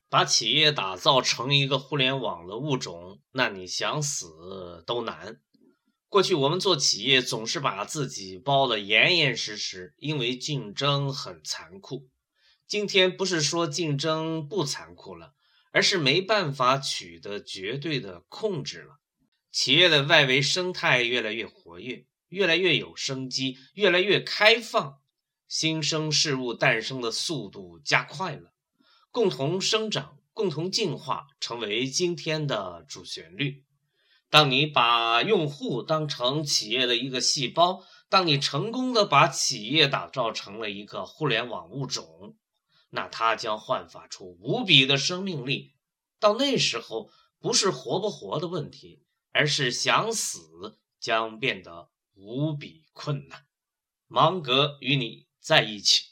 把企业打造成一个互联网的物种，那你想死都难。过去我们做企业总是把自己包得严严实实，因为竞争很残酷。今天不是说竞争不残酷了，而是没办法取得绝对的控制了。企业的外围生态越来越活跃，越来越有生机，越来越开放，新生事物诞生的速度加快了，共同生长，共同进化成为今天的主旋律。当你把用户当成企业的一个细胞，当你成功的把企业打造成了一个互联网物种，那它将焕发出无比的生命力。到那时候，不是活不活的问题，而是想死将变得无比困难。芒格与你在一起。